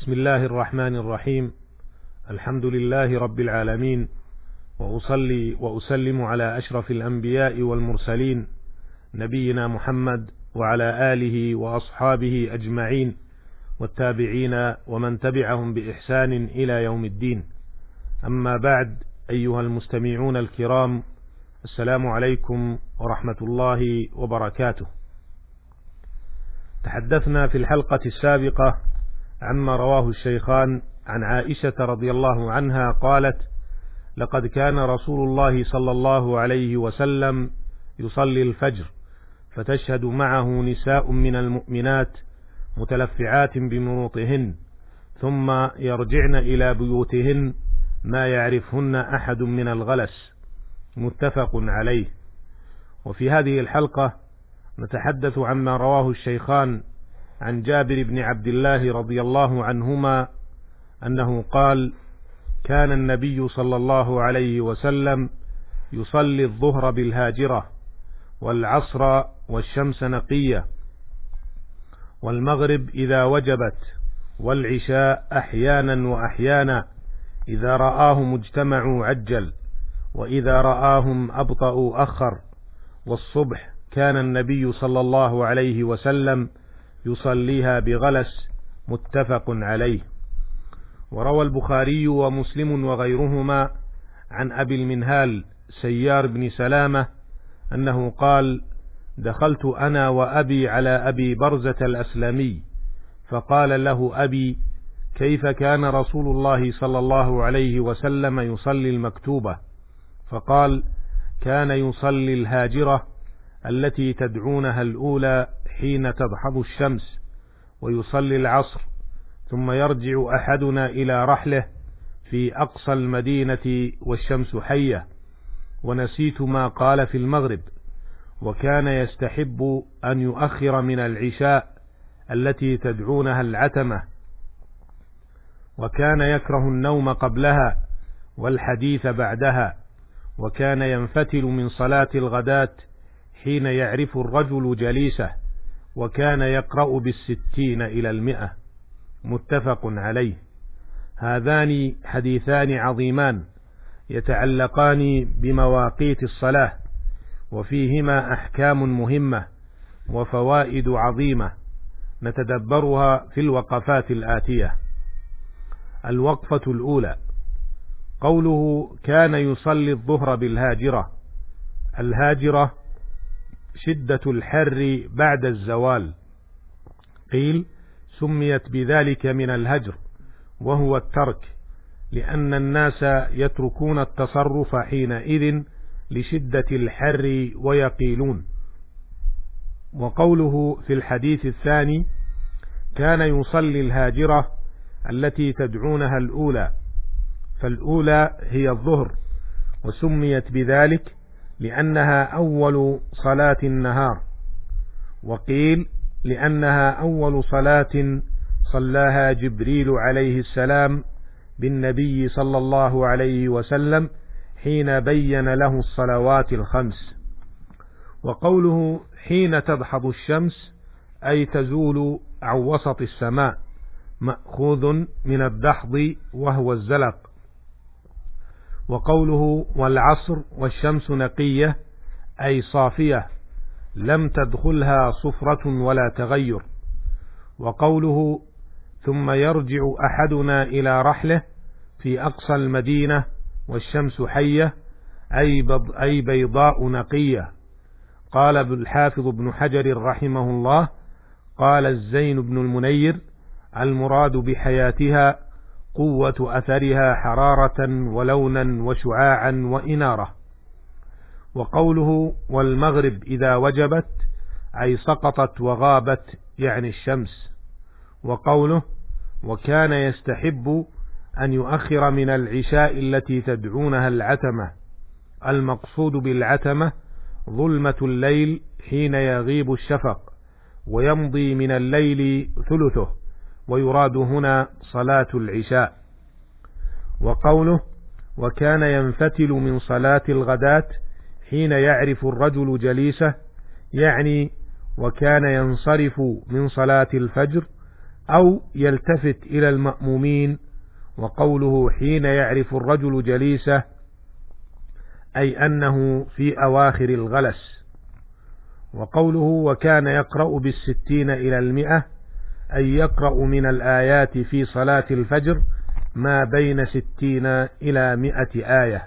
بسم الله الرحمن الرحيم. الحمد لله رب العالمين، وأصلي وأسلم على أشرف الأنبياء والمرسلين نبينا محمد وعلى آله وأصحابه أجمعين والتابعين ومن تبعهم بإحسان إلى يوم الدين. أما بعد، أيها المستمعون الكرام، السلام عليكم ورحمة الله وبركاته. تحدثنا في الحلقة السابقة عما رواه الشيخان عن عائشة رضي الله عنها قالت: لقد كان رسول الله صلى الله عليه وسلم يصلي الفجر، فتشهد معه نساء من المؤمنات متلفعات بمروطهن، ثم يرجعن إلى بيوتهن ما يعرفهن أحد من الغلس. متفق عليه. وفي هذه الحلقة نتحدث عما رواه الشيخان عن جابر بن عبد الله رضي الله عنهما أنه قال: كان النبي صلى الله عليه وسلم يصلي الظهر بالهاجرة، والعصر والشمس نقية، والمغرب إذا وجبت، والعشاء أحيانا وأحيانا، إذا رآهم اجتمعوا عجل، وإذا رآهم أبطأوا أخر، والصبح كان النبي صلى الله عليه وسلم يصليها بغلس. متفق عليه. وروى البخاري ومسلم وغيرهما عن أبي المنهال سيار بن سلامة أنه قال: دخلت أنا وأبي على أبي برزة الأسلمي، فقال له أبي: كيف كان رسول الله صلى الله عليه وسلم يصلي المكتوبة؟ فقال: كان يصلي الهاجرة التي تدعونها الأولى حين تضحض الشمس، ويصلي العصر، ثم يرجع أحدنا إلى رحله في أقصى المدينة والشمس حية. ونسيت ما قال في المغرب. وكان يستحب أن يؤخر من العشاء التي تدعونها العتمة، وكان يكره النوم قبلها والحديث بعدها، وكان ينفتل من صلاة الغداة حين يعرف الرجل جليسه، وكان يقرأ 60 إلى 100. متفق عليه. هذان حديثان عظيمان يتعلقان بمواقيت الصلاة، وفيهما أحكام مهمة وفوائد عظيمة نتدبرها في الوقفات الآتية. الوقفة الأولى: قوله كان يصلي الظهر بالهاجرة. الهاجرة شدة الحر بعد الزوال، قيل سميت بذلك من الهجر، وهو الترك، لأن الناس يتركون التصرف حينئذ لشدة الحر ويقيلون. وقوله في الحديث الثاني: كان يصلي الهاجرة التي تدعونها الأولى، فالأولى هي الظهر، وسميت بذلك لأنها أول صلاة النهار، وقيل لأنها أول صلاة صلاها جبريل عليه السلام بالنبي صلى الله عليه وسلم حين بين له الصلوات الخمس. وقوله حين تدحض الشمس أي تزول عن وسط السماء، مأخوذ من الدحض وهو الزلق. وقوله والعصر والشمس نقية أي صافية لم تدخلها صفرة ولا تغير. وقوله ثم يرجع أحدنا إلى رحله في أقصى المدينة والشمس حية أي بيضاء نقية. قال الحافظ ابن حجر رحمه الله: قال الزين بن المنير: المراد بحياتها قوة أثرها حرارة ولونا وشعاعا وإنارة. وقوله والمغرب إذا وجبت أي سقطت وغابت، يعني الشمس. وقوله وكان يستحب أن يؤخر من العشاء التي تدعونها العتمة، المقصود بالعتمة ظلمة الليل حين يغيب الشفق ويمضي من الليل ثلثه، ويراد هنا صلاة العشاء. وقوله وكان ينفتل من صلاة الغداة حين يعرف الرجل جليسه، يعني وكان ينصرف من صلاة الفجر أو يلتفت إلى المأمومين. وقوله حين يعرف الرجل جليسه أي أنه في أواخر الغلس. وقوله وكان يقرأ بالستين إلى 100 أي يقرأ من الآيات في صلاة الفجر ما بين 60 إلى 100 آية.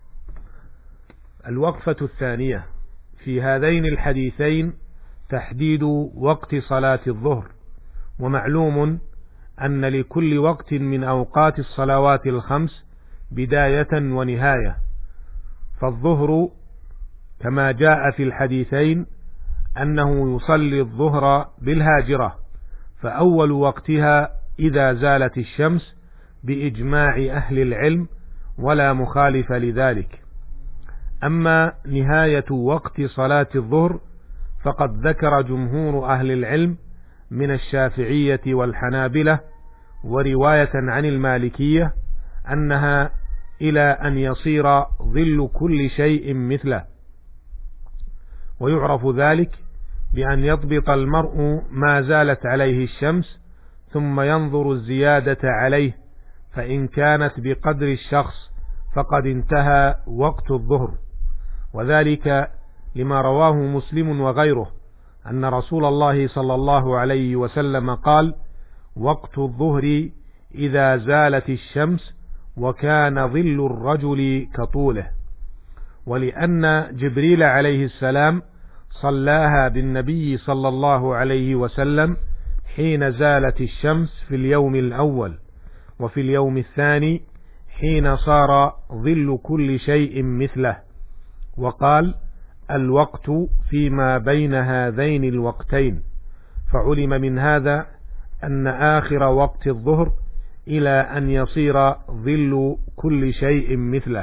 الوقفة الثانية في هذين الحديثين تحديد وقت صلاة الظهر. ومعلوم أن لكل وقت من أوقات الصلوات الخمس بداية ونهاية، فالظهر كما جاء في الحديثين أنه يصلي الظهر بالهاجرة، فأول وقتها إذا زالت الشمس بإجماع أهل العلم ولا مخالف لذلك. أما نهاية وقت صلاة الظهر فقد ذكر جمهور أهل العلم من الشافعية والحنابلة ورواية عن المالكية أنها إلى أن يصير ظل كل شيء مثله. ويعرف ذلك بأن يضبط المرء ما زالت عليه الشمس ثم ينظر الزيادة عليه، فإن كانت بقدر الشخص فقد انتهى وقت الظهر. وذلك لما رواه مسلم وغيره أن رسول الله صلى الله عليه وسلم قال: وقت الظهر إذا زالت الشمس وكان ظل الرجل كطوله. ولأن جبريل عليه السلام صلاها بالنبي صلى الله عليه وسلم حين زالت الشمس في اليوم الأول، وفي اليوم الثاني حين صار ظل كل شيء مثله. وقال: الوقت فيما بين هذين الوقتين. فعلم من هذا أن آخر وقت الظهر إلى أن يصير ظل كل شيء مثله.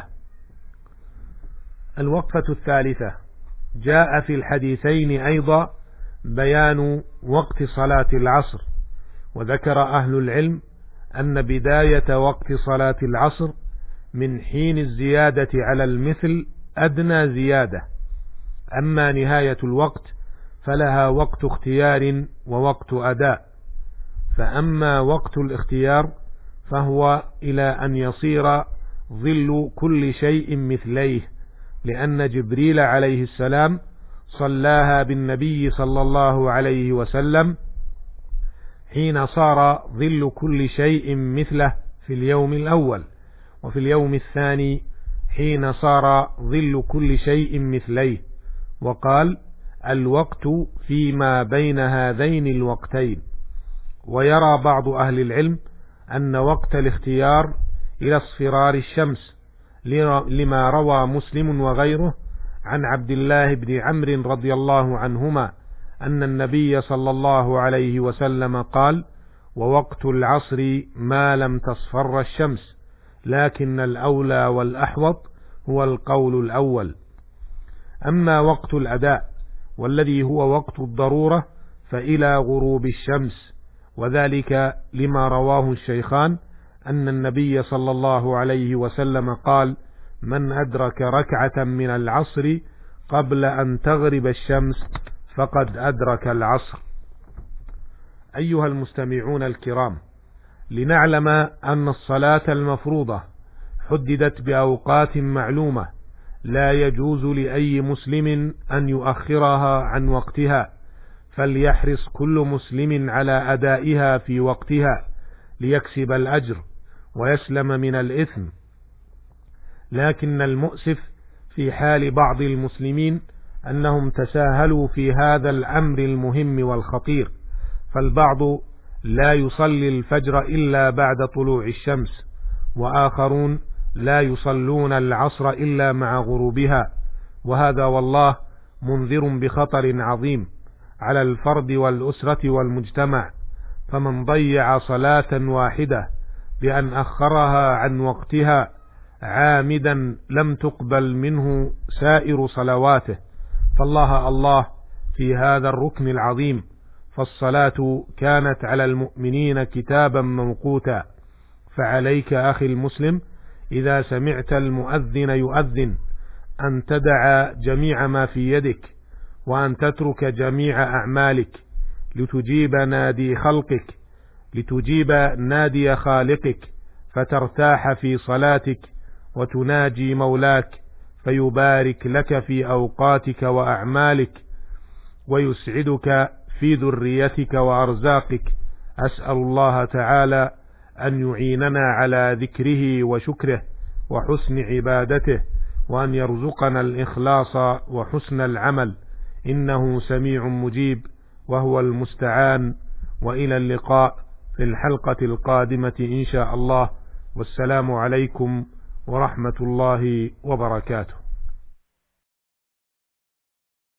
الوقفة الثالثة جاء في الحديثين أيضا بيان وقت صلاة العصر. وذكر أهل العلم أن بداية وقت صلاة العصر من حين الزيادة على المثل أدنى زيادة. أما نهاية الوقت فلها وقت اختيار ووقت أداء. فأما وقت الاختيار فهو إلى أن يصير ظل كل شيء مثليه، لأن جبريل عليه السلام صلاها بالنبي صلى الله عليه وسلم حين صار ظل كل شيء مثله في اليوم الأول، وفي اليوم الثاني حين صار ظل كل شيء مثليه. وقال: الوقت فيما بين هذين الوقتين. ويرى بعض أهل العلم أن وقت الاختيار إلى اصفرار الشمس، لما روى مسلم وغيره عن عبد الله بن عمرو رضي الله عنهما أن النبي صلى الله عليه وسلم قال: ووقت العصر ما لم تصفر الشمس، لكن الأولى والأحوط هو القول الأول. أما وقت الأداء والذي هو وقت الضرورة فإلى غروب الشمس، وذلك لما رواه الشيخان أن النبي صلى الله عليه وسلم قال: من أدرك ركعة من العصر قبل أن تغرب الشمس فقد أدرك العصر. أيها المستمعون الكرام، لنعلم أن الصلاة المفروضة حددت بأوقات معلومة لا يجوز لأي مسلم أن يؤخرها عن وقتها، فليحرص كل مسلم على أدائها في وقتها ليكسب الأجر ويسلم من الإثم. لكن المؤسف في حال بعض المسلمين أنهم تساهلوا في هذا الأمر المهم والخطير، فالبعض لا يصلي الفجر إلا بعد طلوع الشمس، وآخرون لا يصلون العصر إلا مع غروبها، وهذا والله منذر بخطر عظيم على الفرد والأسرة والمجتمع. فمن ضيع صلاة واحدة بأن أخرها عن وقتها عامدا لم تقبل منه سائر صلواته، فالله الله في هذا الركن العظيم. فالصلاة كانت على المؤمنين كتابا موقوتا. فعليك أخي المسلم إذا سمعت المؤذن يؤذن أن تدع جميع ما في يدك وأن تترك جميع أعمالك لتجيب نادي خلقك لتجيب نادي خالقك فترتاح في صلاتك وتناجي مولاك فيبارك لك في أوقاتك وأعمالك ويسعدك في ذريتك وأرزاقك. أسأل الله تعالى أن يعيننا على ذكره وشكره وحسن عبادته، وأن يرزقنا الإخلاص وحسن العمل، إنه سميع مجيب وهو المستعان. وإلى اللقاء في الحلقة القادمة إن شاء الله، والسلام عليكم ورحمة الله وبركاته.